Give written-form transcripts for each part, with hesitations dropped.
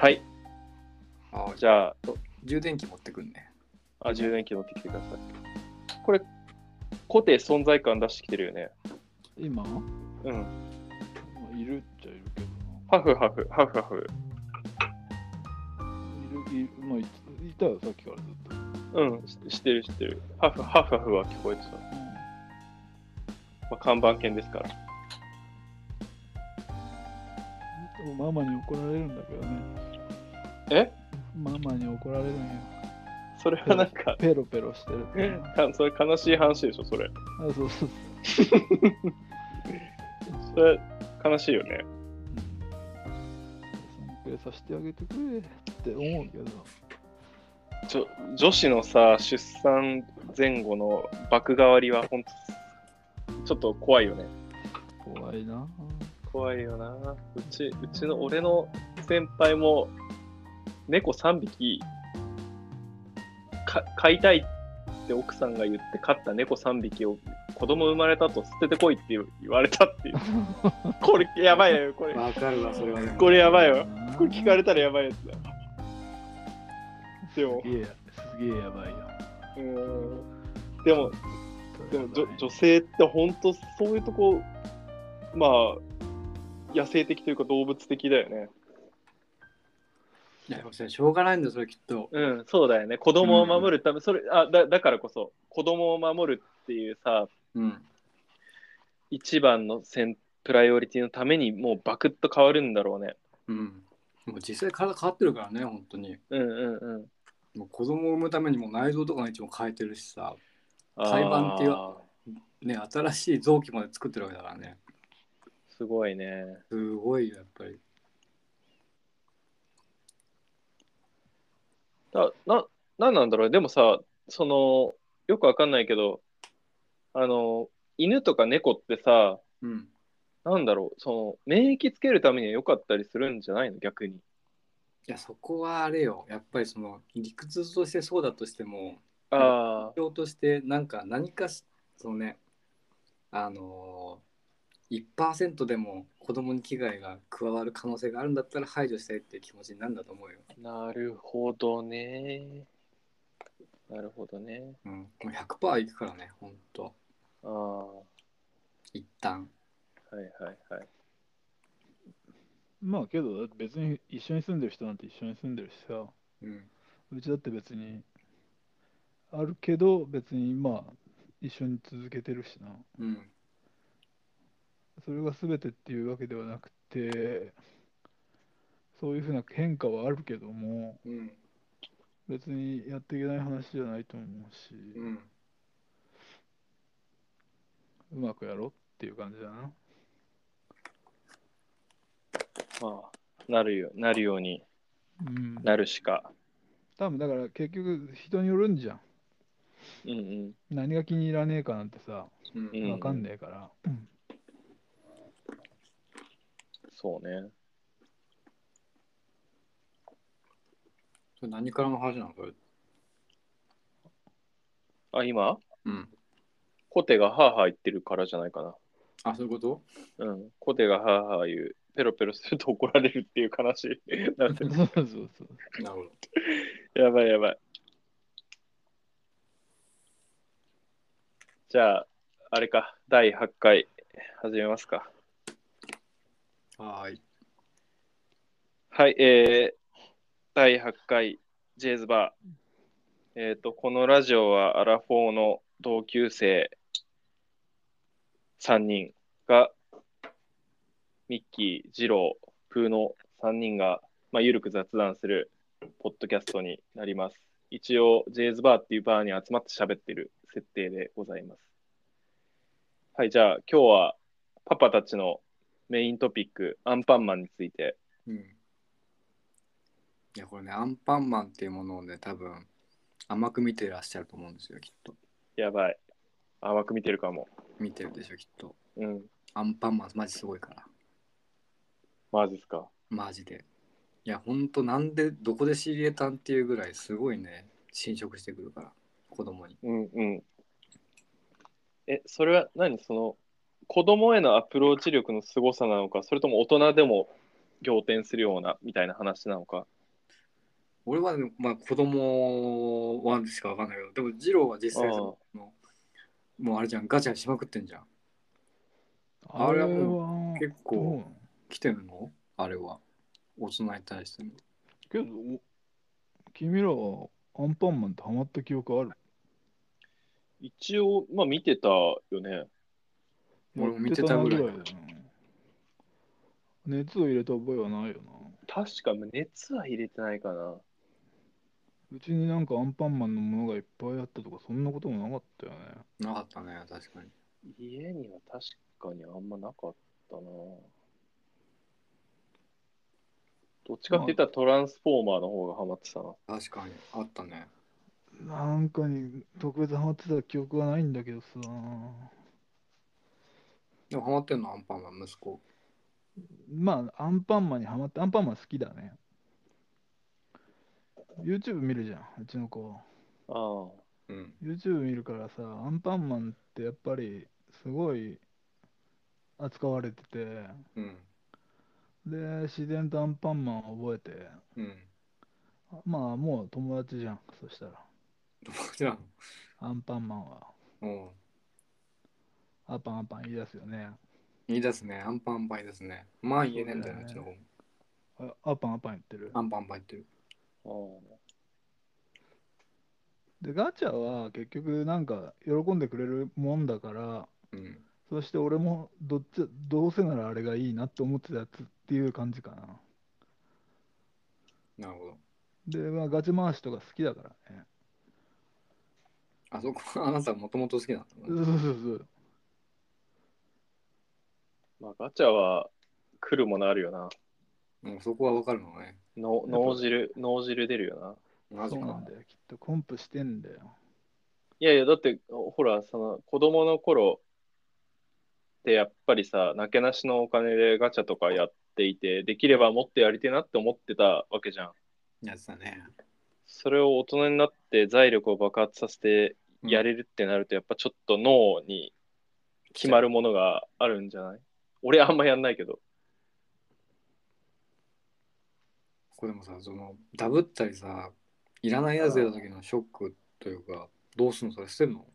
はい。じゃあ、 充電器持ってくんね。 充電器持ってきてください。これ、固定存在感出してきてるよね。 今うん。 いるっちゃいるけどハフハフ、ハフハフ。 まあ、いたよ、さっきからずっと。 うん、知ってる。ハフハフは聞こえてた。看板犬ですから。 でもママに怒られるんだけどね。 え？ ママに怒られるんよ。 それはなんか、 ペロペロしてる。 それ悲しい話でしょ、それ。 あ、そう。 それ、悲しいよね。 尊敬させてあげてくれって思うけど。 女子のさ、出産前後の爆変わりはほんとちょっと怖いよね。 怖いな。 怖いよな。俺の先輩も猫3匹飼いたいって奥さんが言って飼った猫3匹を子供生まれたと捨ててこいって言われたっていう。これやばいよ、これ。 わかるわ、それはね。 これやばいよ。これ聞かれたらやばいやつだ。でもすげえやばいよ。 でも女性って本当そういうとこ、まあ野生的というか動物的だよね。 いや、でもしょうがないんだよ、それきっと。 うん、そうだよね。子供を守るため、それだからこそ子供を守るっていうさ、一番のプライオリティのためにもうバクッと変わるんだろうね。 もう実際体変わってるからね、本当に。もう子供を産むためにも内臓とかの位置も変えてるしさ、胎盤っていうね、新しい臓器まで作ってるわけだからね。 すごいね。 すごいよ、やっぱり。 なんなんだろう。でもさ、よくわかんないけど、犬とか猫ってさ、なんだろう、免疫つけるためには良かったりするんじゃないの、逆に。 いや、そこはあれよ。やっぱり理屈としてそうだとしても、環境として何かね、1% でも子供に危害が加わる可能性があるんだったら排除したいっていう気持ちになるんだと思うよ。 なるほどね。もう 100% いくからね、ほんと。一旦。 まあけど別に一緒に住んでる人なんて一緒に住んでるしさ、うちだって別にあるけど別にまあ一緒に続けてるしな。それが全てっていうわけではなくて、そういうふうな変化はあるけども、別にやっていけない話じゃないと思うし、うまくやろうっていう感じだな。 まあ、なるようになるしか。 多分だから結局人によるんじゃん。何が気に入らねえかなんてさ、わかんねえから。 そうね。 それ何からの話なのこれ。 今コテがハーハー言ってるからじゃないかな。 そういうこと？ コテがハーハー言う。ペロペロすると怒られるっていう話。 そう。 なるほど。 やばい。じゃあ、あれか、第8回始めますか。 はい、 第8回ジェイズバー。このラジオはアラフォーの同級生3人が、ミッキー、ジロー、プーの3人が、ゆるく雑談するポッドキャストになります。一応、ジェイズバーっていうバーに集まって喋ってる設定でございます。はい、じゃあ今日はパパたちのメイントピック、アンパンマンについて。 いや、これね、アンパンマンっていうものをね、多分甘く見てらっしゃると思うんですよ、きっと。 やばい。甘く見てるかも。 見てるでしょ、きっと。アンパンマン、マジすごいから。 マジっすか。 マジで。いや、ほんと、どこで知り得たんっていうぐらい、すごいね、侵食してくるから、子供に。 それは子供へのアプローチ力の凄さなのか、それとも大人でも仰天するようなみたいな話なのか。 俺は、ね、まあ子供はしかわかんないけど、でも二郎は実際もうあれじゃん、ガチャしまくってんじゃん。あれはもう結構来てるのあれは。大人に対しても。 けど、君らはアンパンマンってハマった記憶ある？ 一応、まあ見てたよね。 俺も見てたぐらいだよ。 熱を入れた覚えはないよな。 確か熱は入れてないかな。 うちになんかアンパンマンのものがいっぱいあったとか、そんなこともなかったよね。 なかったね、確かに。 家には確かにあんまなかったな。どっちかって言ったらトランスフォーマーの方がハマってたな。 確かに、あったね。 なんかに特別ハマってた記憶はないんだけどさ。 でもハマってんのアンパンマン息子。 まあ、アンパンマンにハマって、アンパンマン好きだね。YouTube 見るじゃん、うちの子。 ああ。 うん。 YouTube 見るからさ、アンパンマンってやっぱりすごい扱われてて、 うん。 で、自然とアンパンマンを覚えて、 うん。 まあもう友達じゃん、そしたら。 友達なの？ アンパンマンは。 うん。 アパンアパン言い出すよね。 いいですね。アンパンパイですね。まあ言えねえんだよね、うちの子も。 アパンアパン言ってる。 アンパンパイってる。 で、ガチャは結局なんか喜んでくれるもんだから、 うん。 そして俺もどうせならあれがいいなって思ってたやつっていう感じかな。 なるほど。 で、まあガチャ回しとか好きだからね。 あそこはあなたもともと好きなんだね。 そうそうそう。 まあガチャは来るものあるよな。 もうそこはわかるのね。 脳汁出るよマジか。 そうなんだよ。きっとコンプしてんだよ。 な。いやいや、だって、ほら、その子供の頃ってやっぱりさ、なけなしのお金でガチャとかやっていて、できればもっとやりてえなって思ってたわけじゃん。 やつだね。 それを大人になって財力を爆発させてやれるってなると、やっぱちょっと脳に決まるものがあるんじゃない？俺あんまやんないけど。 これでもさ、そのダブったりさ、いらないやつやった時のショックというか、どうすんの？それ捨てるの？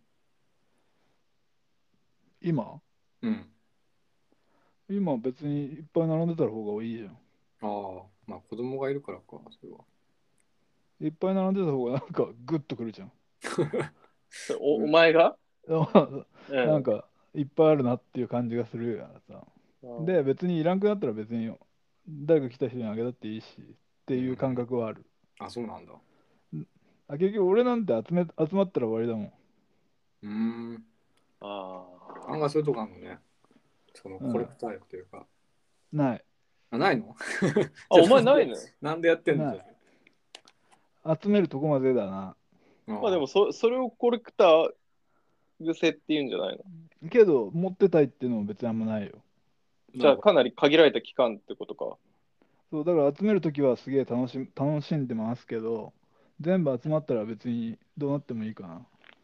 今うん。 今別にいっぱい並んでた方がいいじゃん。 ああ、まあ子供がいるからか、それは。 いっぱい並んでた方がなんかグッとくるじゃん。 お前がなんかいっぱいあるなっていう感じがするからさ。で、別にいらんくなったら別に誰か来た人にあげたっていいしっていう感覚はある。 あ、そうなんだ。 結局俺なんて集まったら終わりだもん。 ああ。案外そういうとこあるのね。そのコレクター力というか。 ない。 あ、ないの？ お前ないの？ なんでやってんの？ 集めるとこまでだな。 まあでもそれをコレクター癖っていうんじゃないの？ けど持ってたいっていうのも別にあんまないよ。 じゃあかなり限られた期間ってことか。 そう、だから集めるときはすげえ楽しんでますけど、全部集まったら別にどうなってもいいかな。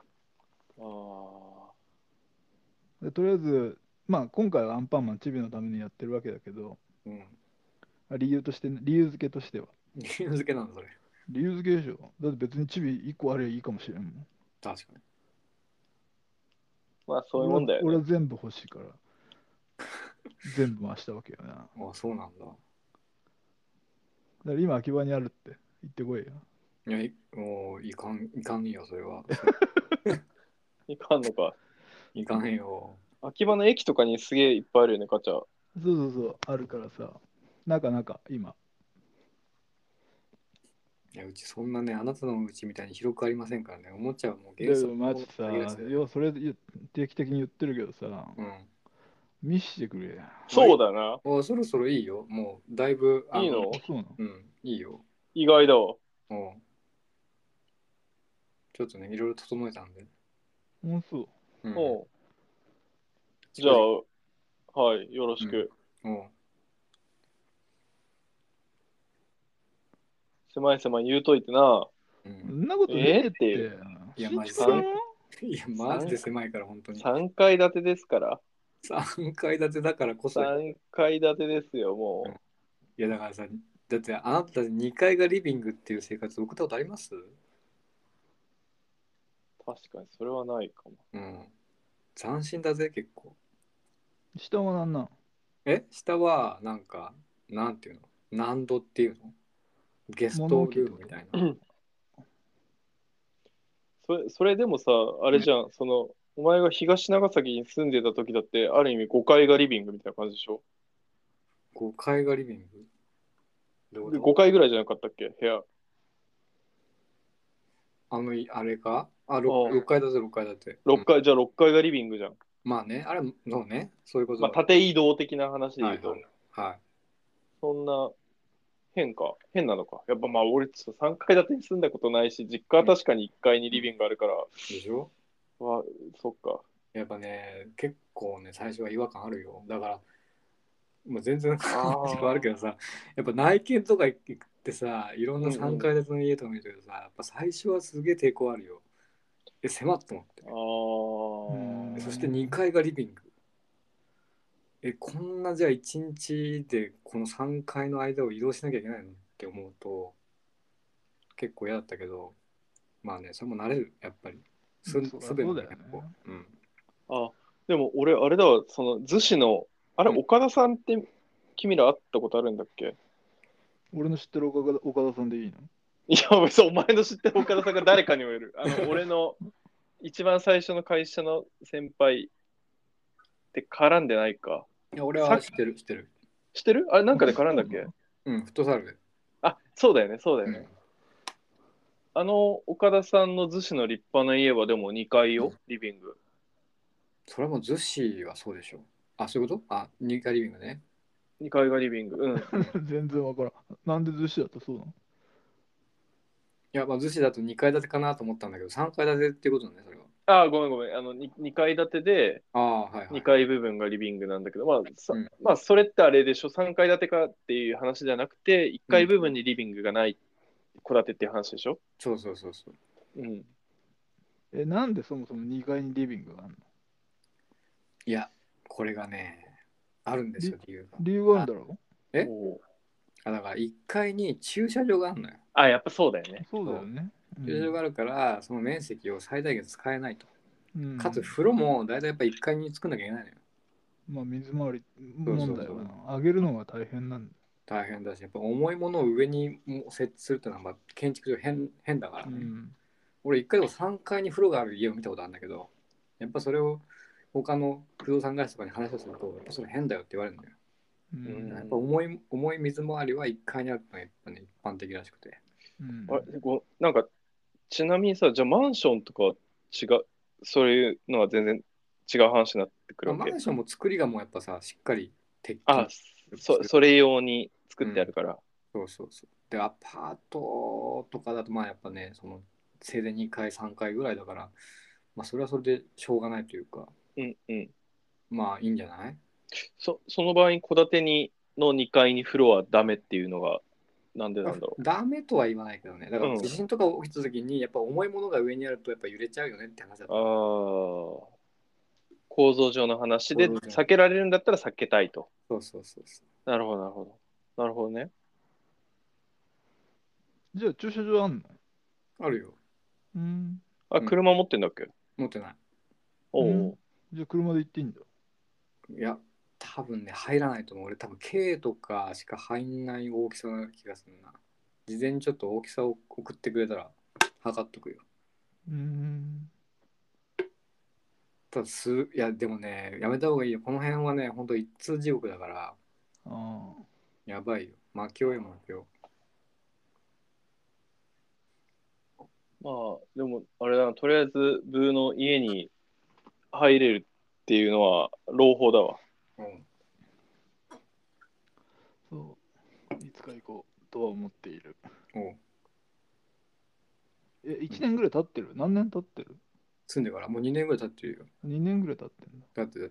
でとりあえず、まあ今回はアンパンマンチビのためにやってるわけだけど、理由付けとしては。 理由付けなんだ、それ。 理由付けでしょ。だって別にチビ1個あればいいかもしれんもん。 確かに。 まあそういうもんだよね。 俺は全部欲しいから、全部回したわけよな。 あ、そうなんだ。 だから今秋葉にあるって言ってこいよ。 いや、もういかんよ、それは。 いかんのか。 いかんよ。 秋葉の駅とかにすげえいっぱいあるよね、ガチャ。 そうそうそう、あるからさ。なんか今。 いや、うちそんなね、あなたのうちみたいに広くありませんからね。おもちゃはもうでもマジさ、それ定期的に言ってるけどさ、見してくれ。 そうだな。 そろそろいいよ。もうだいぶ。 いいの？ そうなの？ うん、いいよ。 意外だわ。 ちょっとね、いろいろ整えたんで。 そう。 じゃあ、はい、よろしく。狭い言うといてな。 そんなことねえって。 いや、マジで狭いから、本当に。 3階建てですから。 3階建てだからこそ。 3階建てですよ、もう。いや、だからさ、 だってあなた2階がリビングっていう生活送ったことあります？ 確かにそれはないかも。 うん。斬新だぜ、結構。 下はなんなん？ 下はなんか、なんていうの、何度っていうの、ゲスト物置ってこルームみたいな。 それでもさ、あれじゃん、お前が東長崎に住んでた時だって、ある意味5階がリビングみたいな感じでしょ？ 5階がリビングどういうで、 こと？ 5階ぐらいじゃなかったっけ部屋。 あれかあ、 ああ、 6階だぜ、6階だって。う 6 ん。 階、じゃあ6階がリビングじゃん。 まあね、あれ、そうね、そういうことまあ、 だ。 縦移動的な話で言うと、 はいはい。はい。 そんな変なのか。やっぱまあ、俺ちょっと3階建てに住んだことないし、実家は確かに1階にリビングあるから、 でしょ？ わ、そっか。 やっぱね、結構ね、最初は違和感あるよ。だから、もう全然あ話変わるけあ、 どさ、やっぱ内見とか行ってさ、いろんな3 うんうん。 階建ての家とか見るけどさ、やっぱ最初はすげえ抵抗あるよ。狭っと思って。 うーそしてん。 2階がリビング。こんなじゃあ1日でこの3階の間を移動しなきゃいけないのって思うと、結構嫌だったけど、まあね、それも慣れる、やっぱり。 そりゃ不便そうだよね。 だね、ここ。うん。 あ、でも俺、あれだわ、逗子の、あれ、 うん。 岡田さんって君ら会ったことあるんだっけ？ 俺の知ってる岡田さんでいいの？ いや、別にお前の知ってる岡田さんが誰かにもよる。俺の一番最初の会社の先輩って絡んでないか。 いや、俺さ、 は知ってる、知ってる。 知ってるあれ、なんかで絡んだっけ？ そうなの？ うん、フットサルで。 あ、そうだよね、そうだよね。 うん。 岡田さんの逗子の立派な家はでも2階よ、リビング。 それも逗子はそうでしょ。あ、そういうこと？あ、2階リビングね。 2階がリビング。うん。 うん。い全然わからん。なんで逗子だとそうなの？ や、まあ逗子だと2階建てかなと思ったんだけど、3階建てっていうことね、それは。 あ、ごめんごめん。2階建てで、 ああ、はいはいはい。 2階部分がリビングなんだけど、 うん。 まあ、それってあれでしょ、3階建てかっていう話じゃなくて、1 うん。 階部分にリビングがない戸建てっていう話でしょ？ そうそうそうそう。 うん。 なんでそもそも2階にリビングがあるの？ いや、これがね、あるんです理よ、理由が。 理由があるんあ、 だろえおーだから1階に駐車場があるのよ。 あ、やっぱそうだよね。 う？そうだそう。 よね。う駐車場ん。 があるから、その面積を最大限使えないと。 うかつ、 ん。 風呂も大体やっぱ1階に作んなきゃいけないのよ。 まあ、水回りそうそうそう。 問題はな。上げるのが大変なんだ。 大変だし、やっぱ重いものを上に設置するってのは、まあ、建築上変だからね。 うん。 俺、1回でも3階に風呂がある家を見たことあるんだけど、やっぱそれを他の不動産会社とかに話をすると、やっぱそれ変だよって言われるんだよ。 ううん。 やっぱん。 重い水回りは1階にあるのがやっぱね、一般的らしくて。 あれ、 うん。 なんか、ちなみにさ、じゃあマンションとかは違う、そういうのは全然違う話になってくるまあ、 わけ？ マンションも作りがもうやっぱさ、しっかり鉄あ、 筋それ用に作うん、 ってあるから。 そうそうそう。で、アパートとかだと、まあやっぱね、せいぜい2階、3階ぐらいだから、まあそれはそれでしょうがないというか、 うんうん。 まあいいんじゃない？ その場合、戸建ての2階に風呂はダメっていうのが、なんでなんだろダメとは言わないけどね。だかう。うら地ん。 震とか起きた時に、やっぱ重いものが上にあるとやっぱ揺れちゃうよねって話だあと思う。 あ、構造上の話で構造上。 避けられるんだったら避けたいと。 そうそうそうそなるほど、なるほど。なるほどね。 じゃあ駐車場あんの？ う。あるよ。 うん。 あ、 うん。 車持ってんだっけ？ 持ってない。 おうんおじゃあ車で行っていいんだ。 いや、多分ね、入らないと思う。俺多分 K とかしか入んない大きさな気がするな。事前にちょっと大きさを送ってくれたら測っとくよ。 うん。 ただいや、でもね、やめた方がいいよ。この辺はね、ほんと一通地獄だから、 ああ。 やばいよ。魔境よ、魔境。 まあ、でも、あれだな、とりあえず、ブーの家に入れるっていうのは、朗報だわ。 うん。 そう。いつか行こうとは思っている。 おう。 1年ぐらい経ってる？何年経ってる？ 住んでからもう2年ぐらい経ってるよ。 2 年ぐらい経ってんだ。 だって。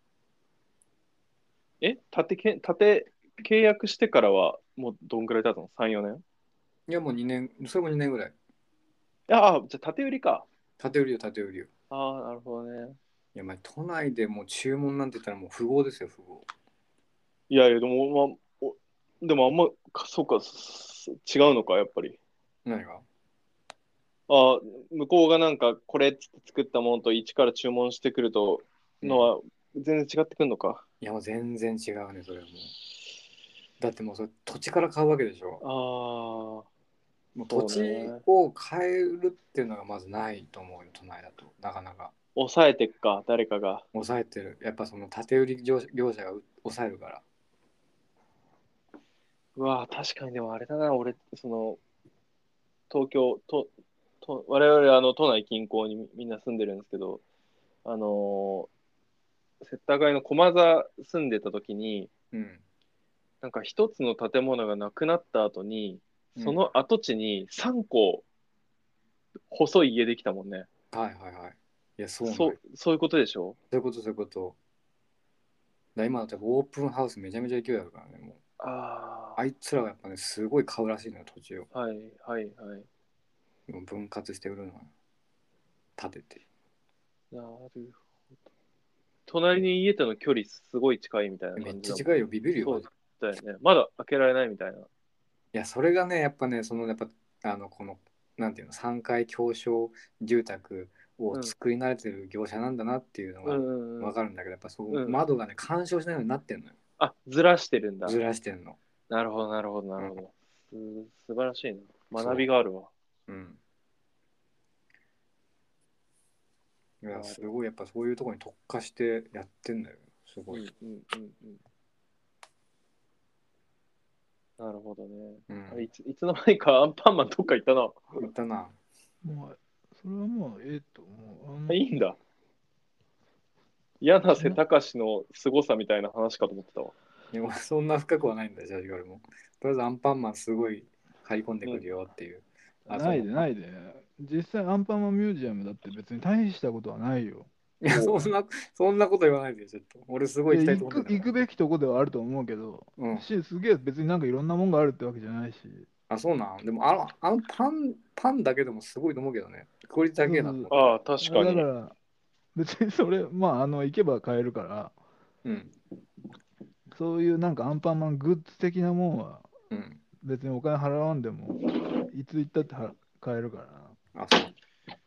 建て契約してからは、もうどんぐらい経ったの？ 3、4年？ いや、もう2年、それも2年ぐらい。 じゃあ建て売りか。 建て売りよ、建て売りよ。 ああ、なるほどね。 いや、まあ、都内でもう注文なんて言ったらもう富豪ですよ、富豪。 いやいや、でも、まあ、でもあんまそうか、違うのか、やっぱり。 何が？ 向こうがなんか、これっつって作ったものと一から注文してくると、のは、全然違ってくるのか。 いや、もう全然違うね、それはもう。だってもうそれ土地から買うわけでしょ。もう土地を変えるっていうのがまずないと思うよ、都内だと。なかなか。 抑えてっか、誰かが。 抑えてる。やっぱその建売り業者が抑えるから。 うわ確かにでもあれだな、俺、東京、我々都内近郊にみんな住んでるんですけど、世田谷の駒座住んでた時に、なんか一つの建物がなくなった後に、その跡地に3個細い家できたもんね。 はいはいはい。いや、 そういうことでしょ？ そういうこと、そういうこと。今だってオープンハウスめちゃめちゃ勢いあるからね、もう。あいつらがやっぱね、すごい買うらしいのよ、土地を。 はいはいはい。 もう分割して売るのよ。建てて。 なるほど。隣に家との距離すごい近いみたいな感じだもん。 めっちゃ近いよ、ビビるよ。 そうだよね。まだ開けられないみたいな。 いや、それがね、やっぱね、この、なんていうの、3階狭小住宅を作り慣れてる業者なんだなっていうのが分かるんだけど、やっぱ窓がね、干渉しないようになってんのよ。 ずらしてるんだ。 ずらしてんの。 なるほど、なるほど、なるほど。素晴らしいな。学びがあるわ。 いや、すごい、やっぱそういうところに特化してやってんだよ。すごい。 なるほどね。いつの間にかアンパンマンどっか行ったな。 行ったな。 もう、それはもう、 いいんだ。柳瀬隆の凄さみたいな話かと思ってたわ。 いや、そんな深くはないんだよ、正直俺も。とりあえずアンパンマンすごい入り込んでくるよっていう。 ないでないで。実際アンパンマンミュージアムだって別に大したことはないよ。 いや、そんなこと言わないで、ちょっと。俺すごい行きたいと思ってた。 行くべきとこではあると思うけど、すげえ別になんかいろんなもんがあるってわけじゃないし。 あ、そうなん。でも、あのパンだけでもすごいと思うけどね。クオリティ高いなと思って。 ああ、確かに。 だから、別にそれ、行けば買えるから、そういうなんかアンパンマングッズ的なもんは、別にお金払わんでも、いつ行ったって買えるからな。 あ、そう。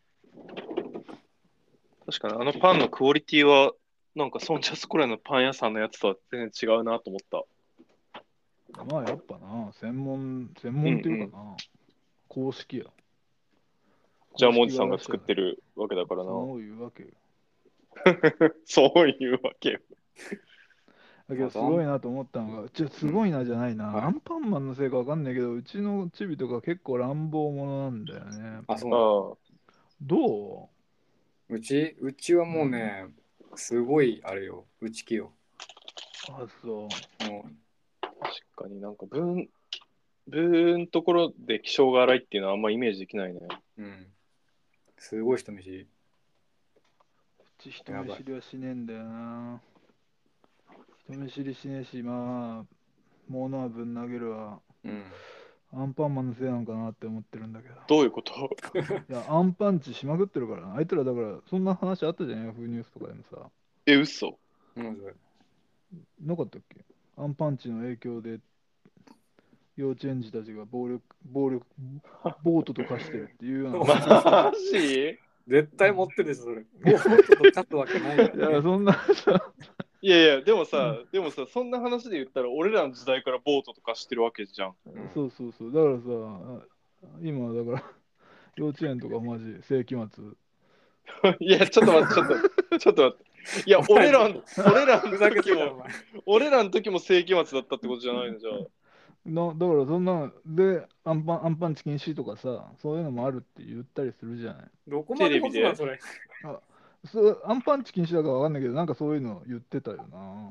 確かにあのパンのクオリティは、なんかソンジャスコレのパン屋さんのやつとは全然違うなと思った。 やっぱな、専門っていうかな、公式や。 じゃあ、モンジさんが作ってるわけだからな。 そういうわけよ。 そういうわけよ。 だけどすごいなと思ったのが、すごいなじゃないな、アンパンマンのせいかわかんないけど、うちのチビとか結構乱暴者なんだよね。 あ、そうなの？ どうちはもうね、すごいあれよ、内気よ。 あ、そう。 確かになんか分ところで気性が荒いっていうのはあんまイメージできないね。 すごい人見知り。 うち人見知りはしねえんだよな。人見知りしねえし、物はぶん投げるわ。アンパンマンのせいなのかなって思ってるんだけど。 どういうこと？ いや、アンパンチしまくってるからな。あいつらだから、そんな話あったじゃん、ヤフーニュースとかでもさ。 嘘？ なかったっけ？アンパンチの影響で幼稚園児たちがボートと化してるっていうような。 マジ？ 絶対持ってるでしょ、それ。ボートと勝つわけないから、ね。 いや、そんなさ。 いや、でもさ、そんな話で言ったら、俺らの時代からボートとかしてるわけじゃん。 そう。だからさ、今、だから、幼稚園とかマジ、世紀末。 いや、ちょっと待って。いや、俺らの時も世紀末だったってことじゃないのじゃあ。 だからそんなでアンパンチ禁止とかさ、そういうのもあるって言ったりするじゃない。 どこまで持つな、それ。 アンパンチ禁止だかわかんないけど、なんかそういうの言ってたよな。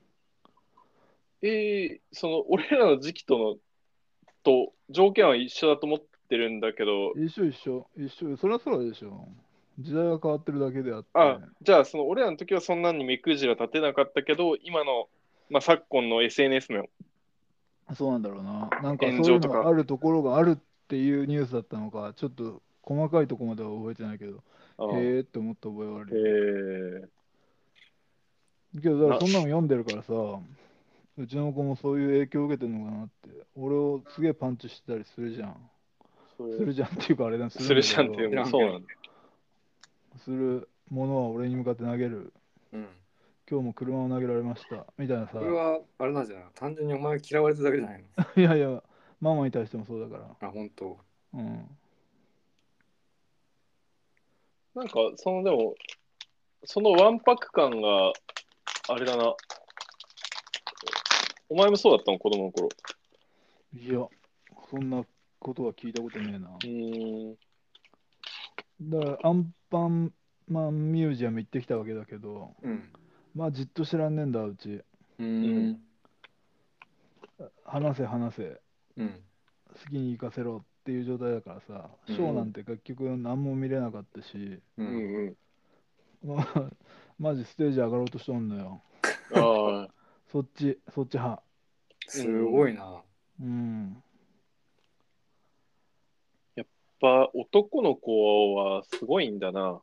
俺らの時期と条件は一緒だと思ってるんだけど。 一緒。そりゃそうでしょ。時代が変わってるだけであって。 じゃあ、俺らの時はそんなに目くじら立てなかったけど、今の、昨今の SNS のそうなんだろうな。なんかそういうのあるところがあるっていうニュースだったのか、ちょっと細かいところまでは覚えてないけど、へえって思った覚えはあるよ。けど、だからそんなの読んでるからさ、 うちの子もそういう影響を受けてるのかなって。俺をすげえパンチしてたりするじゃん。するじゃんっていうかあれだ、するんだけど。 するじゃんっていうのもそうなんだ。 するものは俺に向かって投げる。 うん。 今日も車を投げられました。みたいなさ。 これは、あれなんじゃないの？単純にお前が嫌われてるだけじゃないの？ いやいや、ママに対してもそうだから。 あ、本当。 うん。 なんか、でも、そのわんぱく感が、あれだな。お前もそうだったの、子供の頃。 いや、そんなことは聞いたことねえな。だから、アンパンマンミュージアム行ってきたわけだけど、 うん。 まあ、じっとしてらんねえんだ、うち。話せ、話せ。 うん。 好きに行かせろっていう状態だからさ、 うんショーなんて結局何も見れなかったし、 うん。 まあ、マジステージ上がろうとしとんのよ。 ああ、 そっち派。 すごいな。 うん。 やっぱ男の子はすごいんだな。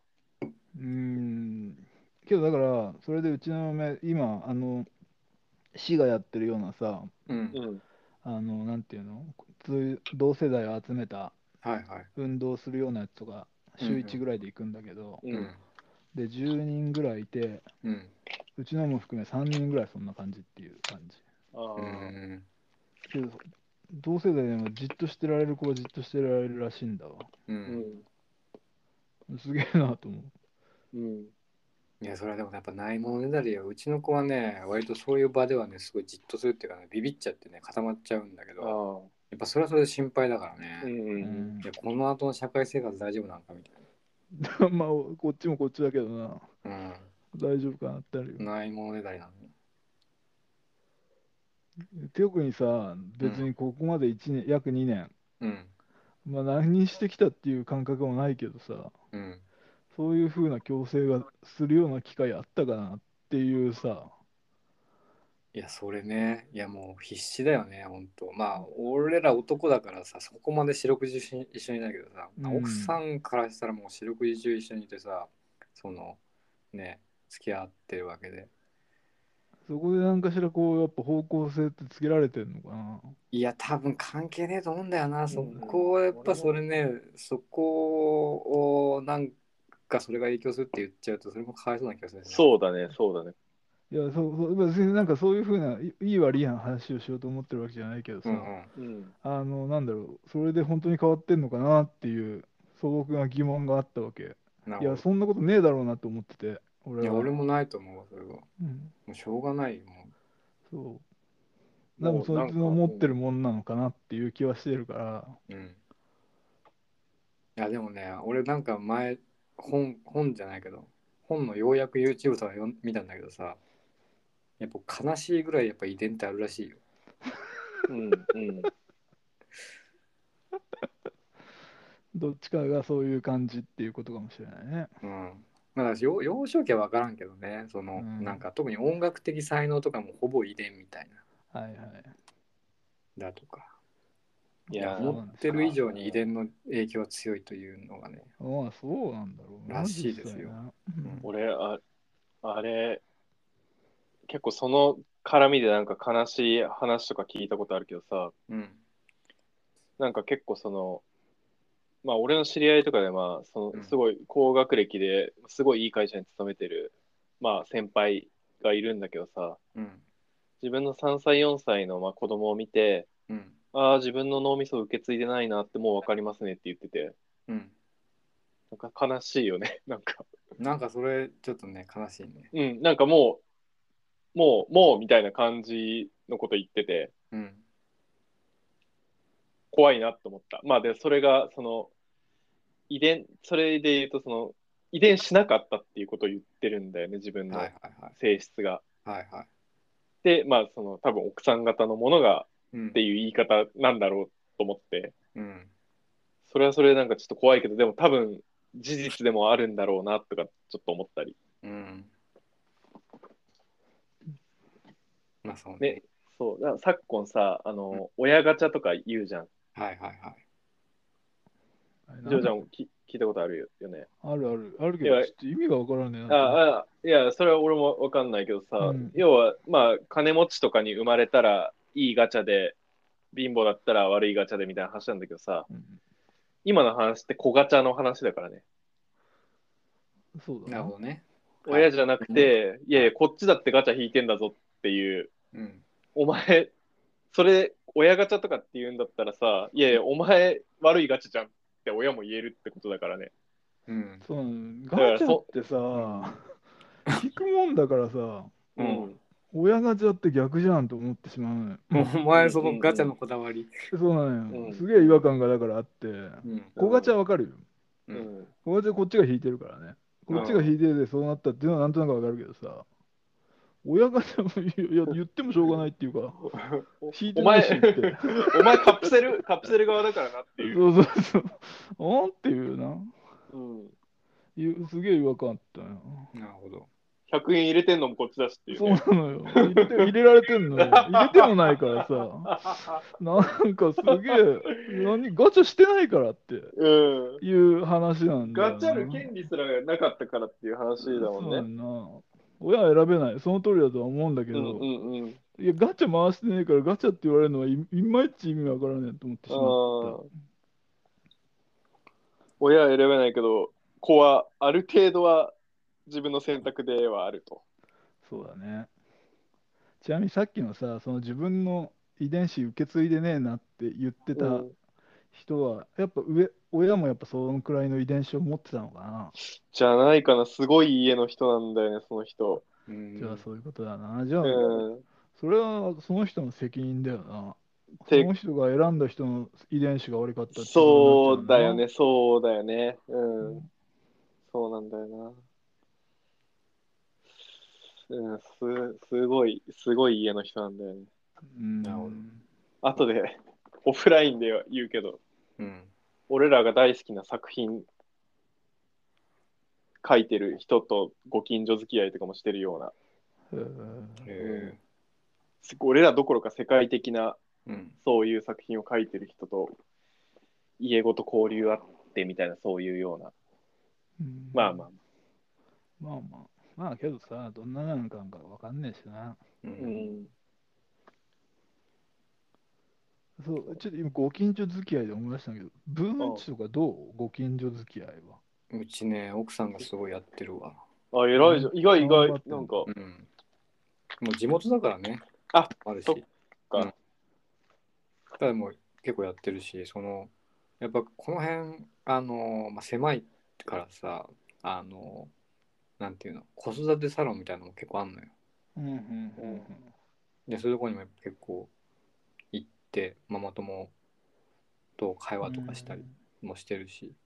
けどだから、それでうちの嫁、今、市がやってるようなさ、 うん。 うん。 なんていうの、そういう同世代を集めたはいはい。 運動するようなやつとか、週1ぐらいで行くんだけど、 うん。 で、10人ぐらいいて、 うん。 うちのも含め3人ぐらいそんな感じっていう感じ。 あうあ、 ん。 けど、同世代でもじっとしてられる子はじっとしてられるらしいんだわ。 う。 うんん。 すげえなと思う。 うん。 いや、それはでもやっぱないものねだりよ。うちの子はね、割とそういう場ではね、すごいじっとするっていうかね、ビビっちゃってね、固まっちゃうんだけあど、 あ、 やっぱそれはそれで心配だからうね。 ん。 いや、この後の社会生活大丈夫なんかみたいまあ、こっちもこっちだけどな。 な。 大丈夫かなってあるよ。 うん。ないものねだりなのに。 特にさ、 うん。 別にここまで1年、約2年、 うん。 まあ何してきたっていう感覚もないけどさ、 うん。 そういう風な強制がするような機会あったかなっていうさ、 いや、それね、いやもう必死だよね、ほんと。まあ、俺ら男だからさ、そこまで四六時中一緒にいないけどさ、 う奥さん。 んからしたらもう四六時中一緒にいてさ、その、ね、付き合ってるわけで。 そこで何かしらこう、やっぱ方向性ってつけられてんのかな。 いや、多分関係ねえと思うんだよな。そうん。 こ、やっぱそ俺も、 れね、そこをなんかそれが影響するって言っちゃうと、それもかわいそうな気がするね。 そうだね、そうだね。 いや、別になんかそういう風いい悪いな話をしようと思ってるわけじゃないけどさ、 うんうん。 うん。 なんだろう、それで本当に変わってんのかなっていう素朴な疑問があったわけ。いや、 なるほど。 そんなことねえだろうなと思ってて、俺いや、 は。 俺もないと思うわ、それは。もうん、 うしょうがないよ、もそう。多分もうそいつの持ってるもんなのかなっていう気はしてるから、 う。うん。いや、でもね、俺なんか前、本じゃないけど、本のようやく YouTube とか見たんだけどさ、やっぱ悲しいぐらいやっぱ遺伝ってあるらしいよ。 うん、うん。 どっちかがそういう感じっていうことかもしれないね。 うん。まあ、幼少期は分からんけどね、その、なんうん。 か特に音楽的才能とかもほぼ遺伝みたいはいはい。 な、だとか。いや、 いやー、 思っそうなんですか。 てる以上に遺伝の影響は強いというのがね、 まあそうなんだろうらな、実しいですよ。 際な。 うん。 俺、あれ、結構その絡みでなんか悲しい話とか聞いたことあるけどさ、 うん。 なんか結構まあ俺の知り合いとかでうん。 すごい高学歴ですごいいい会社に勤めてる、まあ先輩がいるんだけどさ、 うん。 自分の3歳、4歳の子供を見て、 うん。 ああ、自分の脳みそを受け継いでないなってもうわかりますねって言ってて、 うん。 なんか悲しいよね。なんか、 なんかそれちょっとね、悲しいね。 うん、なんかもうみたいな感じのこと言ってて、 うん。 怖いなと思った。まあで、それが、それで言うと、遺伝しなかったっていうことを言ってるんだよね、自分はいのはいはい。 性質が。 はいはい。 で、まあ、多分奥さん方のものがうん。 っていう言い方なんだろうと思って、 うん。 それはそれでなんかちょっと怖いけど、でも多分事実でもあるんだろうなとかちょっと思ったり。 うん。まあそうね、 ね。 そう、だから昨今さ、 うん。 親ガチャとか言うじゃん。 はいはいはい。 ジョーちゃん聞いたことあるよね。 あるけど、ちょっと意味がわからんねえな。いや、それは俺もわかんないけどさ、要は、まあ、金持ちとかに生まれたらいいガチャで、貧乏だったら悪いガチャでみたいな話なんだけどさ、今の話って小ガチャの話だからね。 そうだなるほどね。 親じゃなくて、いやいや、こっちだってガチャ引いてんだぞっていう、お前、それ、親ガチャとかって言うんだったらさ、いやいや、お前悪いガチャじゃんって親も言えるってことだからね。 そうガチャってさ、聞くもんだからさ、親ガチャって逆じゃんと思ってしまうのよ。 お前そのガチャのこだわり。 そうなのよ。すげえ違和感がだからあって、小ガチャわかるよ。小ガチャこっちが引いてるからね。こっちが引いててそうなったっていうのはなんとなくわかるけどさ、親ガチャも言ってもしょうがないっていうか、引いてないしって。 お前カプセル側だからなっていう。 そう。あんっていうな。すげえ違和感あったよ。 なるほど。 100円入れてんのもこっちだしっていう、 ね。そうなのよ。入れられてんのよ。入れてもないからさ。なんかすげえ、ガチャしてないからっていう話なんだよ、 ガチャる権利すらなかったからっていう話だもんね。 そうな。親は選べない。その通りだとは思うんだけど、いや、ガチャ回してねえからガチャって言われるのはいまいち意味わからねえと思ってしまった。 親は選べないけど、子はある程度は自分の選択ではあると。 そうだね。ちなみにさっきのさ、その自分の遺伝子受け継いでねえなって言ってた人は、やっぱ親もやっぱそのくらいの遺伝子を持ってたのかな。 じゃないかな、すごい家の人なんだよね、その人。 じゃあそういうことだな。じゃあ、それはその人の責任だよな。その人が選んだ人の遺伝子が悪かったってそうだよね、そうだよね。そうなんだよな。すごい家の人なんだよね。 なるほど。 後でオフラインで言うけど、俺らが大好きな作品書いてる人とご近所付き合いとかもしてるような。俺らどころか世界的な、そういう作品を書いてる人と家ごと交流あってみたいな、そういうような。まあけどさ、どんなのかわかんねえしな。そう、ちょっと今ご近所付き合いで思い出したんだけど、ブーンチとかどうご近所付き合いは。 うちね、奥さんがすごいやってるわ。 偉いじゃん。意外、なんか。もう地元だからね。 あるし。ただもう結構やってるし、やっぱこの辺、狭いからさ、なんていうの、子育てサロンみたいなのも結構あんのよ。で、そういうところにも結構行って、ママ友と会話とかしたりもしてるし。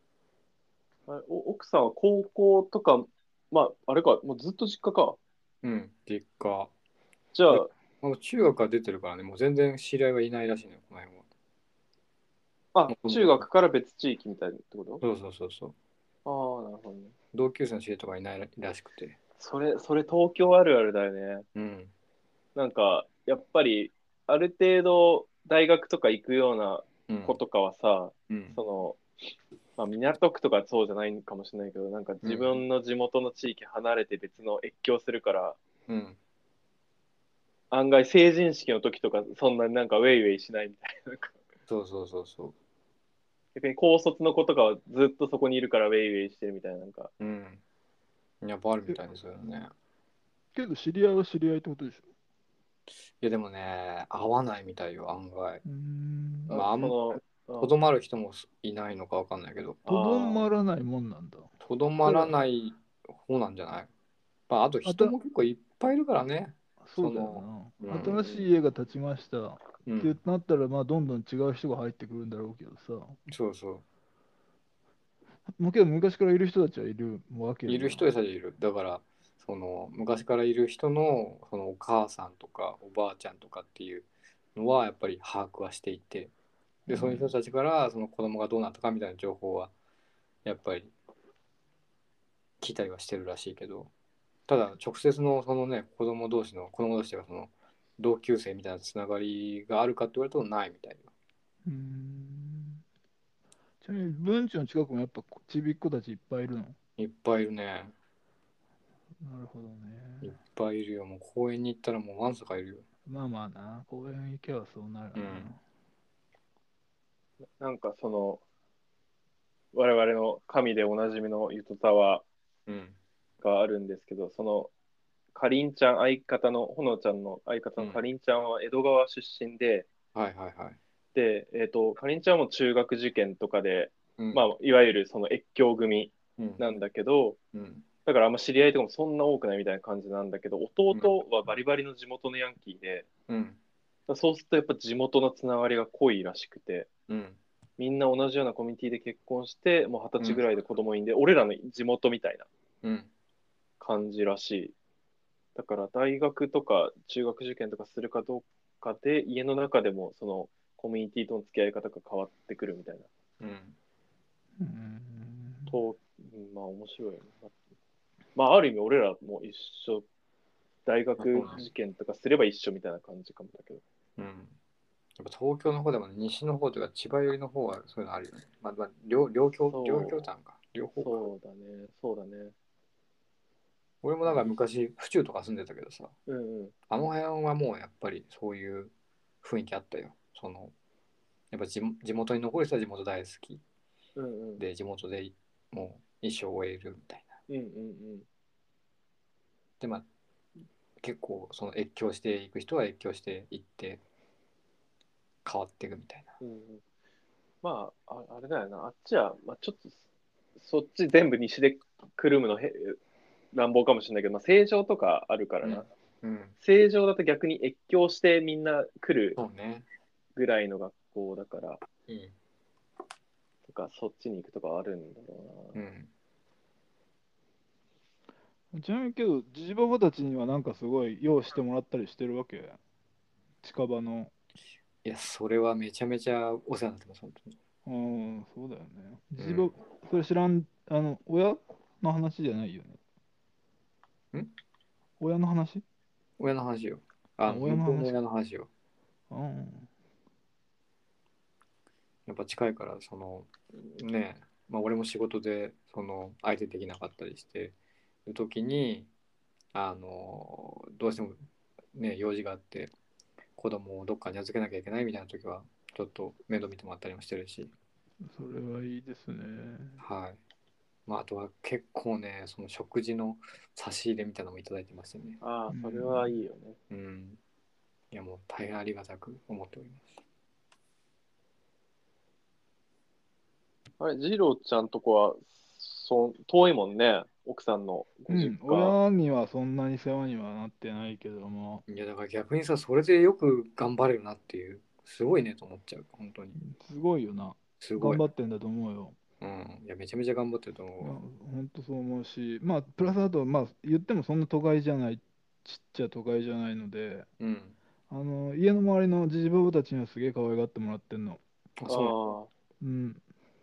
奥さんは高校とか、あれか、もうずっと実家か。 実家。 じゃあ、 もう中学から出てるからね、もう全然知り合いはいないらしいのよ、この辺は。 中学から別地域みたいなってこと？ そう。 なるほどね。同級生の知り合いとかいないらしくて。 それ東京あるあるだよね。なんか、やっぱり、ある程度、大学とか行くような子とかはさ、港区とかそうじゃないかもしれないけど、なんか自分の地元の地域離れて別の越境するから、案外成人式の時とかそんなになんかウェイウェイしないみたいな。 そう。 逆に高卒の子とかはずっとそこにいるからウェイウェイしてるみたいな、なんか。 やっぱあるみたいですよね。 けど知り合いは知り合いってことでしょ？ いやでもね、合わないみたいよ、案外。とどまる人もいないのかわかんないけど。 とどまらないもんなんだ。 とどまらない方なんじゃない？あと人も結構いっぱいいるからね。 そうだよな。新しい家が建ちましたってなったら、どんどん違う人が入ってくるんだろうけどさ。 そう。 もうけど昔からいる人たちはいるわけいる人たちはいる。だから昔からいる人のお母さんとかおばあちゃんとかっていうのはやっぱり把握はしていて、でそういう人たちから子供がどうなったかみたいな情報はやっぱり聞いたりはしてるらしいけど、ただ直接の子供同士が同級生みたいなつながりがあるかって言われるとないみたいな。 ちちなみに文地の近くもやっぱちびっ子たちいっぱいいるの？ いっぱいいるね。 なるほどね。 いっぱいいるよ。もう公園に行ったらもうわんさかいるよ。 まあまあな、公園行けばそうなるな。 なんかその、我々の神でおなじみのゆとたわがあるんですけど、その、かりんちゃん、相方の、ほのちゃんの相方のかりんちゃんは江戸川出身で、 はいはいはい。 で、かりんちゃんも中学受験とかで、 うんまあ、いわゆるその越境組うんなんだけど、 うんだからあんま知り合いとかもそんな多くないみたいな感じなんだけど、弟はバリバリの地元のヤンキーで、 うんそうするとやっぱ地元のつながりが濃いらしくて、 うんみんな同じようなコミュニティで結婚して、もう20 うん歳ぐらいで子供いんで、俺らの地元みたいなうん感じらしい。だから大学とか中学受験とかするかどうかで、家の中でもそのコミュニティとの付き合い方が変わってくるみたいな。 うん。 と、まあ面白いよね。まあある意味俺らも一緒、大学受験とかすれば一緒みたいな感じかもだけど。 うん。やっぱ東京の方でも西の方というか千葉寄りの方はそういうのあるよね。まあ、両京丹か。両方か。 そうだね、そうだね。 俺もなんか昔、府中とか住んでたけどさ、 うんうん。 あの辺はもうやっぱりそういう雰囲気あったよ。やっぱ地元に残る人は地元大好きうんうん。 で、地元でもう一生を終えるみたいな。 うんうんで、まあ、結構その越境していく人は越境していって変わっていくみたいな。 うん。うんうん、まあ、あれだよな。あっちは、まあ、ちょっと、そっち全部西でくるむの乱暴かもしれないけど、まあ、正常とかあるからな。 うん。 正常だと逆に越境してみんな来るそうね。 ぐらいの学校だから、 うん。 とか、そっちに行くとかあるんだろうな。 うん。 ちなみにけど、ジジババたちにはなんかすごい用意してもらったりしてるわけ？近場の。 いや、それはめちゃめちゃお世話になってます、本当に。 うん、そうだよね。ジジバ、 うん。 それ知らん、親の話じゃないよね。 ん親の話？ 親の話よ。 あ、親向こうのの話か。 親の話よ。 うん。 やっぱ近いから、ねえ、まあ俺も仕事で、相手できなかったりしてる時に、どうしてもね、用事があって、子供をどっかに預けなきゃいけないみたいな時は、ちょっと面倒見てもらったりもしてるし、 それはいいですね。 はい。まあ、あとは結構ね、その食事の差し入れみたいなのもいただいてましてね。 ああ、 うそれはいいん。 よね。 うん。いや、もう大変ありがたく思っております。 あれ、ジローちゃんとこは、遠いもんね。奥さんのご実うん、 家。 親にはそんなに世話にはなってないけども、 いや、だから逆にさ、それでよく頑張れるなっていう、すごいねと思っちゃう、本当に。 すごいよな。 すごい。 頑張ってんだと思うよ。 うん。いや、めちゃめちゃ頑張ってると思いや、 うわ。 ほんとそう思うし、まあ、プうん。 ラスあと、まあ、言ってもそんな都会じゃない、ちっちゃい都会じゃないので、 うん。 家の周りのじじばばたちにはすげえ可愛がってもらってんの。 あ、そうなんだ。 ああ、 うん。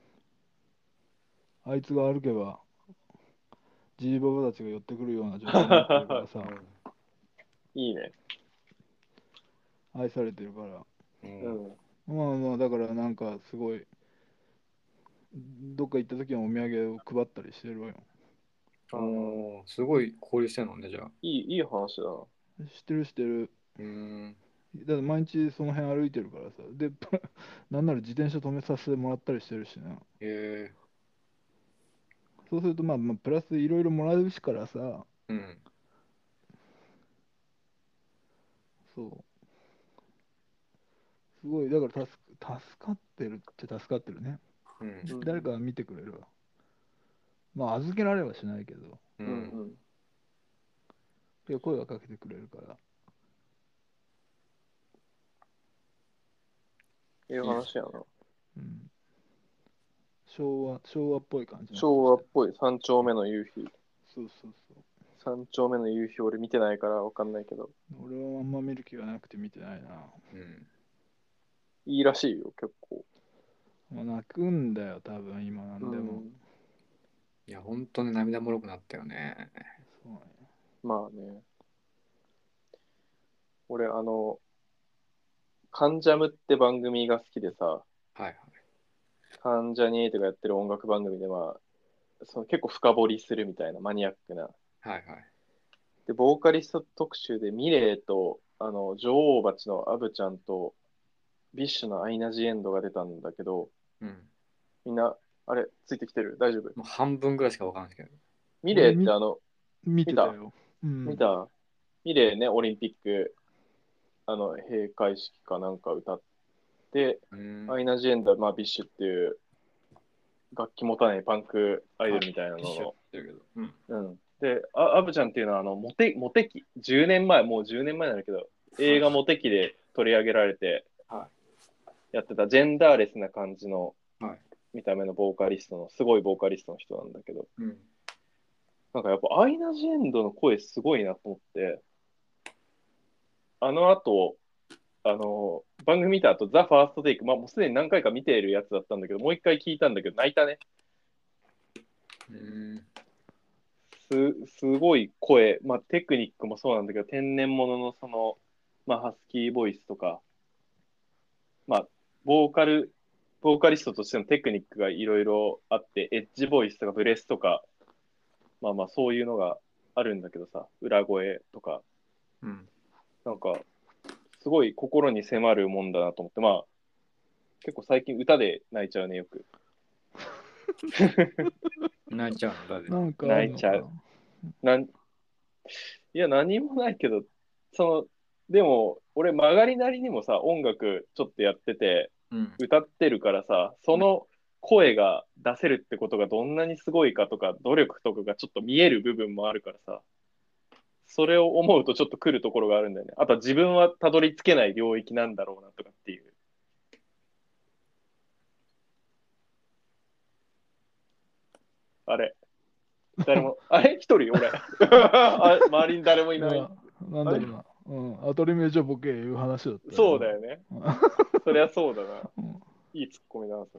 あいつが歩けば、じじばばたちが寄ってくるような状態になってるからさ、 うん。 いいね。 愛されてるから。 うん。 うん。 まあまあ、だからなんかすごい、どっか行った時はお土産を配ったりしてるわよ。 ああ、 おー、すごい交流してんのね、じゃあ。 いい話だな。 してるしてる。 うーん。 だって毎日その辺歩いてるからさ。で、なんなら自転車止めさせてもらったりしてるしな。 えそうするとまあ、プラスいろいろもらうしからさ、 うん。 そう。すごい、だから助かってるっちゃ助かってるね。 うん。 うん。 誰かが見てくれるわ。まあ、預けられはしないけど、 うん。 うんうん。 いや声はかけてくれるから。 いういいじ話やな。 うん。昭和っぽい感じのことしてる。 昭和っぽい三丁目の夕日。 そうそうそう。 三丁目の夕日俺見てないからわかんないけど。 俺はあんま見る気がなくて見てないな。 ゃん。うん。 いいらしいよ、結構。 もう泣くんだよ、多分今なうんでも。 ん。 いや、本当に涙もろくなったよね。 そうね。 まあね。俺、カンジャムって番組が好きでさ、 はいはい。 関ジャニとかやってる音楽番組で、その結構深掘りするみたいなマニアックな。 はいはい。 で、ボーカリスト特集でミレーと、女王蜂のアブちゃんと、ビッシュのアイナ・ジ・エンドが出たんだけど、みんな、あれ、ついてきてる大丈夫？ もう半分ぐらいしかわからないですけど。 ミレーって見てたよ。 見たミレーね、オリンピック、閉会式かなんか歌って、アイナ・ジ・エンドは、ビッシュっていう楽器持たないパンクアイドルみたいなのの。で、アブちゃんっていうのは、モテ期、10年前、もう10年前なんだけど、映画モテ期で取り上げられて、やってたジェンダーレスな感じの見た目のボーカリストの、すごいボーカリストの人なんだけど、なんかやっぱアイナ・ジ・エンドの声すごいなと思って、あの後、番組見た後、ザ・ファーストテイク、もうすでに何回か見ているやつだったんだけど、もう一回聞いたんだけど、泣いたね。すごい声、テクニックもそうなんだけど、天然物のその、ハスキーボイスとか、ボーカリストとしてのテクニックがいろいろあって、エッジボイスとかブレスとか、そういうのがあるんだけどさ、裏声とか、なんか、すごい心に迫るもんだなと思って、結構最近歌で泣いちゃうね、よく。 泣いちゃうんだね。 なんか泣いちゃう。いや、何もないけど、でも、俺、曲がりなりにもさ、音楽ちょっとやってて、歌ってるからさ、その声が出せるってことがどんなにすごいかとか、努力とかがちょっと見える部分もあるからさ、それを思うとちょっと来るところがあるんだよね。あとは自分はたどり着けない領域なんだろうなとかっていう。あれ誰も、あれ一人俺。周りに誰もいない。 なんだろうな。当たり前じゃボケいう話だった。 そうだよね。そりゃそうだな。いいツッコミだな、それ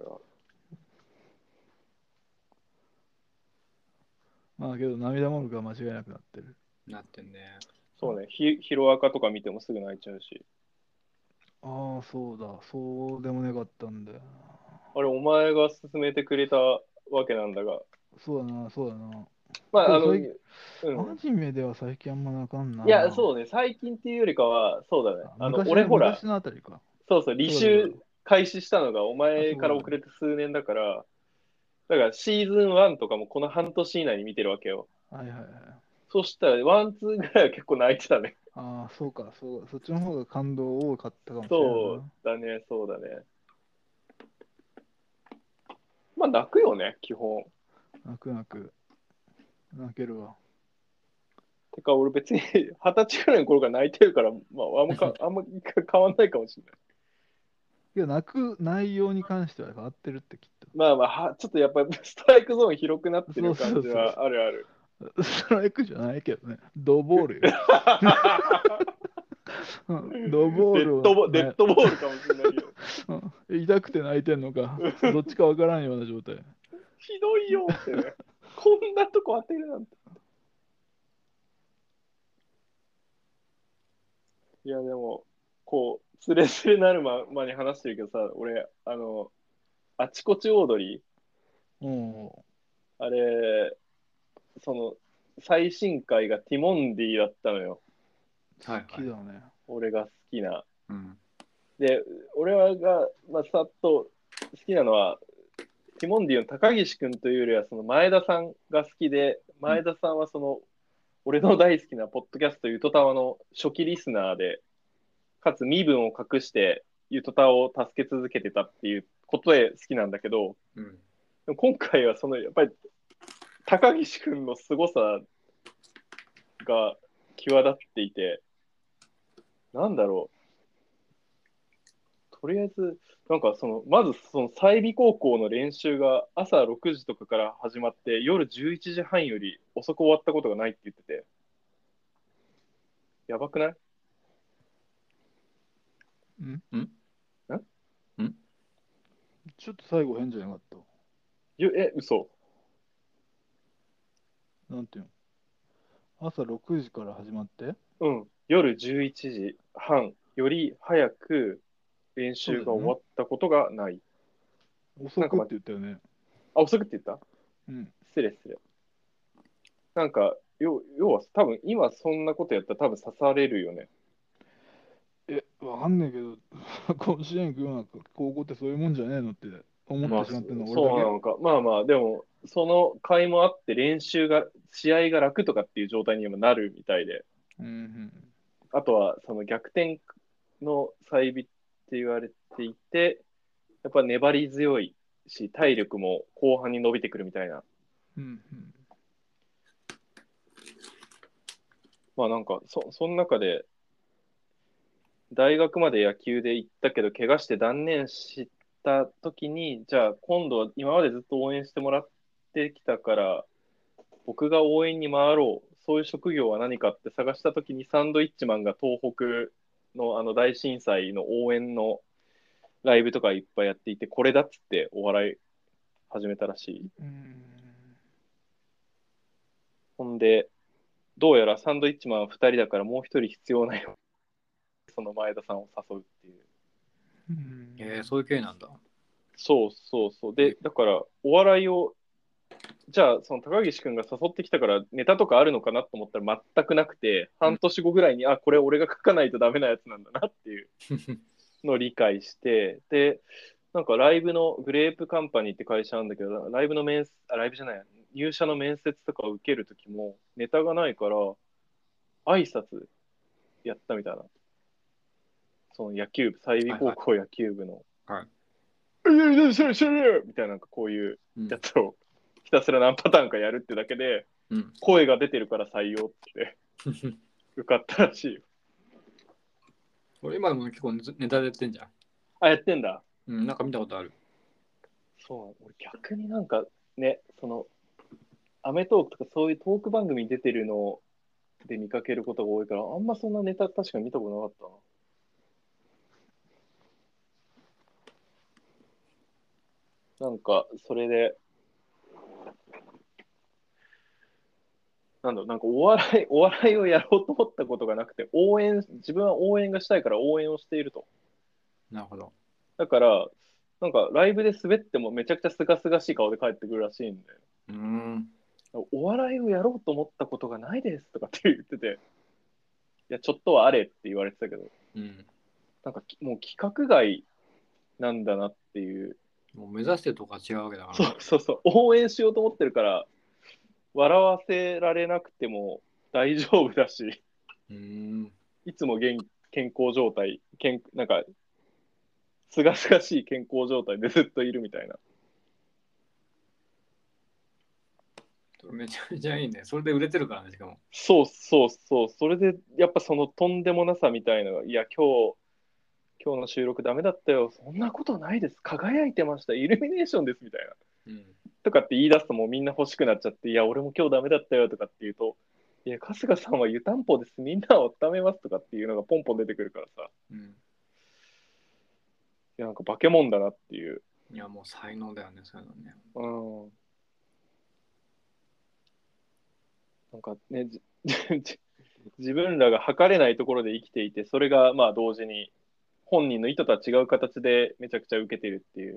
は。 けど涙もろくは間違いなくなってる。 なってんね。 そうね。ヒロアカとか見てもすぐ泣いちゃうし。 ああ、そうだ。そうでもねかったんだよな。 あれ、お前が勧めてくれたわけなんだが。 そうだな、そうだな。 アニメでは最近あんま泣かんな。 いや、そうね。最近っていうよりかは、そうだね。俺ほら、 昔のあたりか。 そうそう、履修開始したのがお前から遅れて数年だから、だからシーズン1とかもこの半年以内に見てるわけよ。 はいはいはい。 そしたら、ワン、ツーぐらいは結構泣いてたね。 ああ、そうか、そっちの方が感動多かったかもしれないな。 そうだね、そうだね。泣くよね、基本。 泣く。泣けるわ。 てか、俺別に20歳くらいの頃から泣いてるから、あんま変わんないかもしれない。 いや、泣く内容に関しては変わってるってきっと。 ちょっとやっぱりストライクゾーン広くなってる感じはあるある。 ストライクじゃないけどね。ドボールよ。ドボールデッドボールかもしれないけど。 痛くて泣いてんのか、どっちかわからんような状態。 ひどいよってね。こんなとこ当てるなんて。いや、でも、スレスレなるまに話してるけどさ、俺、あちこちオードリー、あれ、最新回がティモンディだったのよ。 好きだね。 俺が好きな。で、俺が、さっと好きなのは、ティモンディの高岸君というよりは、その前田さんが好きで、前田さんは俺の大好きなポッドキャストゆとたわの初期リスナーで、かつ身分を隠してゆとたわを助け続けてたっていうことで好きなんだけど、でも今回はやっぱり高岸君の凄さが際立っていて、なんだろう。とりあえず、まず済美高校の練習が朝6時とかから始まって、夜11時半より遅く終わったことがないって言ってて、やばくない？ ちょっと最後変じゃなかった。 嘘。 なんていうの？朝6時から始まって？ 夜11時半より早く練習が終わったことがない。 遅くって言ったよね。 あ、遅くって言った？ うん。 失礼。なんか、要は多分今そんなことやったら多分刺されるよね。 わかんねえけど、甲子園行くような高校ってそういうもんじゃねえのって思ってしまってんの、俺だけ。 そうなのか。まあまあ、でも、その甲斐もあって試合が楽とかっていう状態にもなるみたいで、 うん。 あとはその逆転の再びって言われていて、やっぱ粘り強いし、体力も後半に伸びてくるみたいな。 うんまあなんか、その中で、大学まで野球で行ったけど、怪我して断念した時に、じゃあ今度は今までずっと応援してもらってきたから、僕が応援に回ろう、そういう職業は何かって探した時に、サンドイッチマンが東北のあの大震災の応援のライブとかいっぱいやっていて、これだっつってお笑い始めたらしい。ほんで、どうやらサンドイッチマンは2人だからもう1人必要ないよ。その前田さんを誘うっていう。 そういう系なんだ。 そう。で、だから、お笑いを、じゃあ、その高岸君が誘ってきたからネタとかあるのかなと思ったら全くなくて、半年後ぐらいに、あ、これ俺が書かないとダメなやつなんだなっていうのを理解して、で、なんかライブのグレープカンパニーって会社なんだけど、ライブじゃない、入社の面接とかを受けるときも、ネタがないから、挨拶やったみたいな。その野球部、済美高校野球部の、 はい。 みたいな、なんかこういうやつをひたすら何パターンかやるってだけで、声が出てるから採用って受かったらしいよ。 俺今でも結構ネタでやってんじゃん。 あ、やってんだ。 なんか見たことある。 そう、俺逆になんかね、その、アメトーークとかそういうトーク番組に出てるので見かけることが多いから、あんまそんなネタ確かに見たことなかったな。なんか、それで、なんかお笑いをやろうと思ったことがなくて、自分は応援がしたいから応援をしていると。 なるほど。 だから、なんかライブで滑ってもめちゃくちゃすがすがしい顔で帰ってくるらしいんで、お笑いをやろうと思ったことがないですとかって言ってて、いや、ちょっとはあれって言われてたけど、なんかもう規格外なんだなっていう。 もう目指してるとか違うわけだから。 そう、応援しようと思ってるから、笑わせられなくても大丈夫だし、いつも健康状態、なんか、すがすがしい健康状態でずっといるみたいな。 めちゃめちゃいいね。それで売れてるからね、しかも。 そう。それで、やっぱそのとんでもなさみたいなのが、いや、今日の収録ダメだったよ。そんなことないです。輝いてました。イルミネーションです。みたいな。とかって言い出すともうみんな欲しくなっちゃって、いや、俺も今日ダメだったよとかって言うと、いや、春日さんは湯たんぽです。みんなを温めますとかっていうのがポンポン出てくるからさ。いや、なんか化け物だなっていう。 いや、もう才能だよね、そういうのね。 なんかね、自分らが測れないところで生きていて、それがまあ同時に本人の意図とは違う形でめちゃくちゃ受けてるっていう。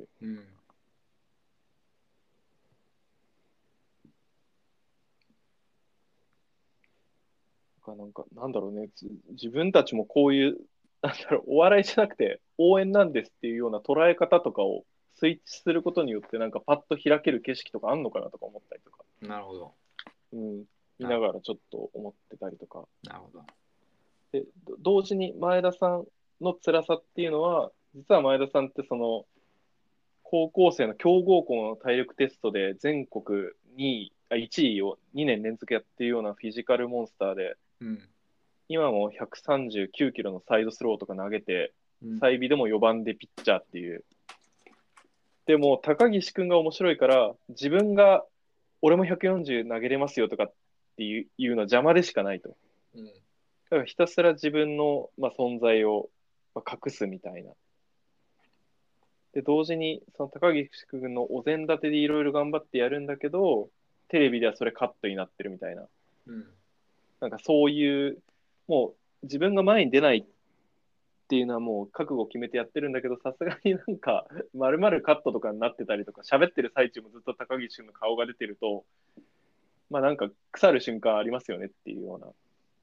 なんだろうね、自分たちもこういう、お笑いじゃなくて応援なんですっていうような捉え方とかをスイッチすることによって、なんかパッと開ける景色とかあんのかなとか思ったりとか。 なるほど。 見ながらちょっと思ってたりとか。 なるほど。 で、同時に前田さんの辛さっていうのは、実は前田さんってその、高校生の強豪校の体力テストで全国1位を2年連続やってるようなフィジカルモンスターで、今も139キロのサイドスローとか投げて、済美でも4番でピッチャーっていう。でも、高岸君が面白いから、自分が俺も140投げれますよとかっていうのは邪魔でしかないと。だからひたすら自分の、存在を、隠すみたいな。で、同時に、その高岸君のお膳立てでいろいろ頑張ってやるんだけど、テレビではそれカットになってるみたいな。なんかそういう、もう自分が前に出ないっっていうのはもう覚悟を決めてやってるんだけど、さすがになんか、丸々カットとかになってたりとか、喋ってる最中もずっと高岸君の顔が出てると、まあなんか腐る瞬間ありますよねっていうような。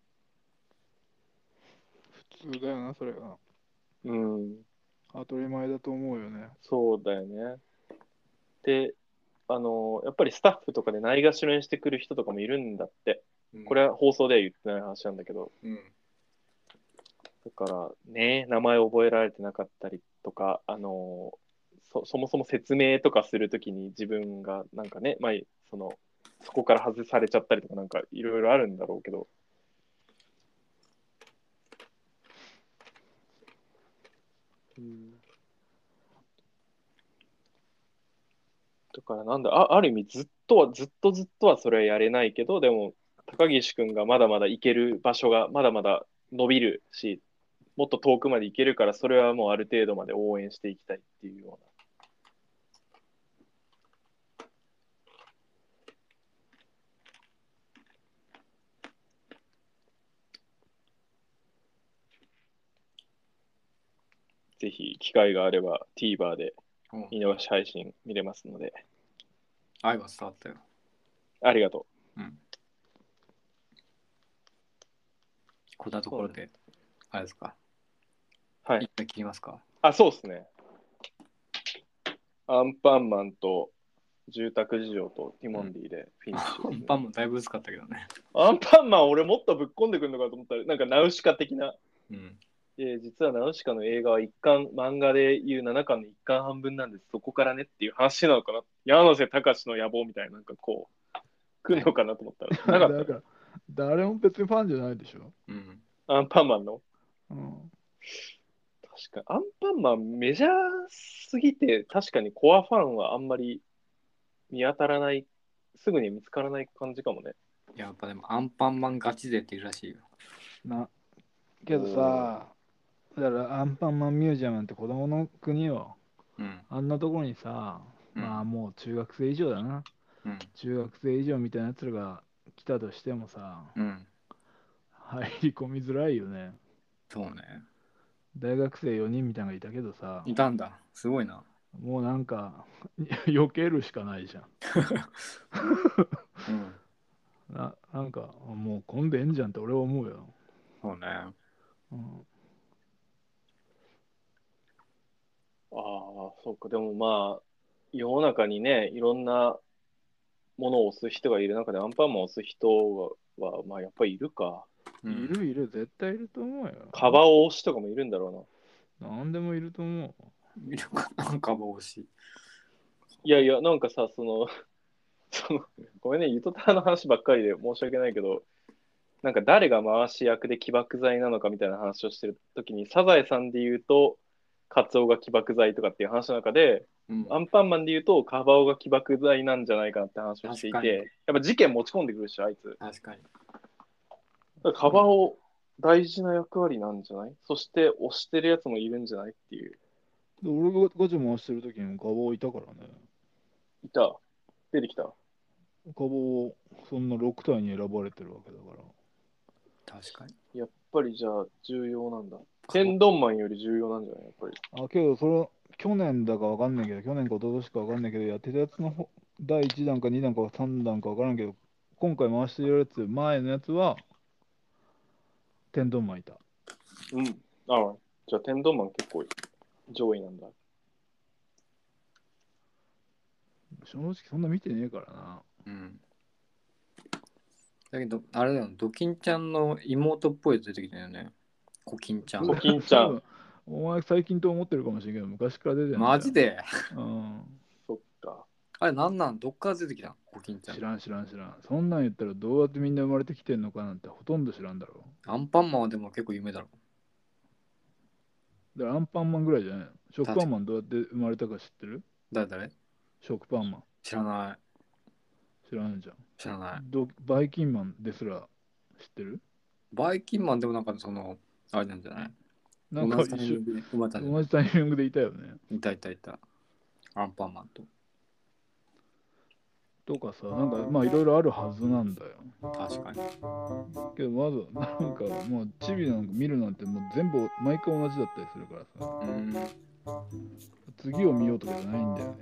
普通だよな、それが。 うん。 当たり前だと思うよね。 そうだよね。で、やっぱりスタッフとかでないがしろにしてくる人とかもいるんだって。これは放送では言ってない話なんだけど。 うん。 だからね、名前覚えられてなかったりとか、そもそも説明とかするときに自分がなんかね、まあ、そこから外されちゃったりとかなんかいろいろあるんだろうけど。だからなんだ、ある意味ずっとはそれはやれないけど、でも高岸君がまだまだ行ける場所がまだまだ伸びるし、もっと遠くまで行けるから、それはもうある程度まで応援していきたいっていうような。ぜひ機会があれば TVer で見逃し配信見れますので。 愛は伝わったよ。 ありがとう。うん。こんなところで、あれですか。 はい。 一回切りますか。 あ、そうですね。アンパンマンと住宅事情とティモンディでフィニッシュ、 アンパンマンだいぶ薄かったけどね。 アンパンマン俺もっとぶっこんでくるのかと思ったら、なんかナウシカ的な。 うん。 実はナウシカの映画は一巻、漫画でいう7巻の一巻半分なんです。そこからねっていう話なのかな。山瀬隆の野望みたいな、なんかこう、来るのかなと思ったら、なかった。 誰も別にファンじゃないでしょ。 うん。 アンパンマンの。 うん。 確かアンパンマンメジャーすぎて、確かにコアファンはあんまり見当たらない、すぐに見つからない感じかもね。 やっぱでもアンパンマンガチ勢っているらしいよ。 けどさ、だからアンパンマンミュージアムなんて子供の国よ。 うん。 あんなところにさ、まあもう中学生以上だな。 うん。 中学生以上みたいなやつらが来たとしてもさ、 うん。 入り込みづらいよね。 そうね。 大学生4人みたいなのがいたけどさ、 いたんだ。すごいな。 もうなんか避けるしかないじゃん。 うん。 なんかもう混んでんじゃんって俺は思うよ。 そうね。 うん、 ああ、そうか。でもまあ、世の中にね、いろんなものを押す人がいる中で、アンパンマンを押す人は、まあやっぱりいるか。 うん、 いる、絶対いると思うよ。 カバを押しとかもいるんだろうな。なんでもいると思う。 いるかなんか帽子。 いやいや、なんかさ、ごめんね、ゆとたわの話ばっかりで申し訳ないけど、なんか誰が回し役で起爆剤なのかみたいな話をしてるときに、サザエさんで言うと、カツオが起爆剤とかっていう話の中で、 うん、 アンパンマンで言うと、カバオが起爆剤なんじゃないかなって話をしていて、やっぱ事件持ち込んでくるでしょ、あいつ。 確かに。 カバオ、大事な役割なんじゃない？そして押してるやつもいるんじゃないっていう。 俺がガチャ回してる時にもガボいたからね。 いた。出てきた。 ガボそんな6体に選ばれてるわけだから。 確かに。 やっぱりじゃあ重要なんだ。天丼マンより重要なんじゃないやっぱり。 けどそれ、去年だかわかんないけど、去年か一昨年かわかんないけど、やってたやつの第1弾か2弾か3弾かわからんけど、今回回してるやつ、前のやつは、天丼マンいた。 うん。ああ、じゃあ天丼マン結構上位なんだ。 正直そんな見てねえからな。 うん。だけど、あれだよ、ドキンちゃんの妹っぽいやつ出てきたよね。コキンちゃん。 コキンちゃん。 お前最近と思ってるかもしれんけど、昔から出てるんだよ。 マジでうん。 そっか。 あれなんどっから出てきたんコキンちゃん。 知らん。そんなん言ったらどうやってみんな生まれてきてんのかなんてほとんど知らんだろアンパンマンはでも結構有名だろ。 う。だからアンパンマンぐらいじゃないの。食パンマンどうやって生まれたか知ってる？ 誰食パンマン。 知らない。 知らんじゃん。 知らない。 バイキンマンですら知ってる？ バイキンマンでもなんかあれなんじゃないなんか同じタイミングで生まれたんじゃない同じタイミングでいたよね。 いた。アンパンマンと。 とかさ、なんかまあいろいろあるはずなんだよ。 確かに。 けどまずなんかもうチビなんか見るなんてもう全部毎回同じだったりするからさ、次を見ようとかじゃないんだよね。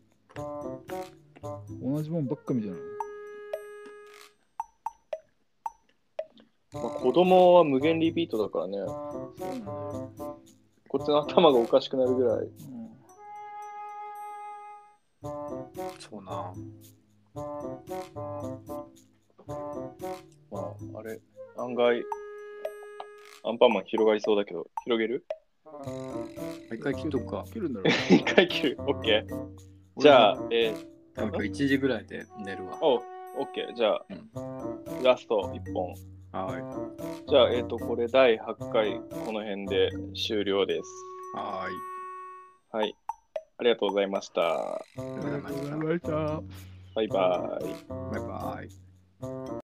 同じもんばっか見じゃない。 まあ、子供は無限リピートだからね。 そうなんだよ。 こっちの頭がおかしくなるぐらい。 そうな。 まあ、あれ、案外、アンパンマン広がりそうだけど、広げる？ 一回切っとくか。 切るんだろう。 一回切る。オッケー。じゃあ、 なんか1時ぐらいで寝るわ。 オッケー。じゃあ、ラスト1本。 はい。 じゃあ、これ第8回、この辺で終了です。 はい。 ありがとうございました。 ありがとうございました。 バイバイ。 バイバイ。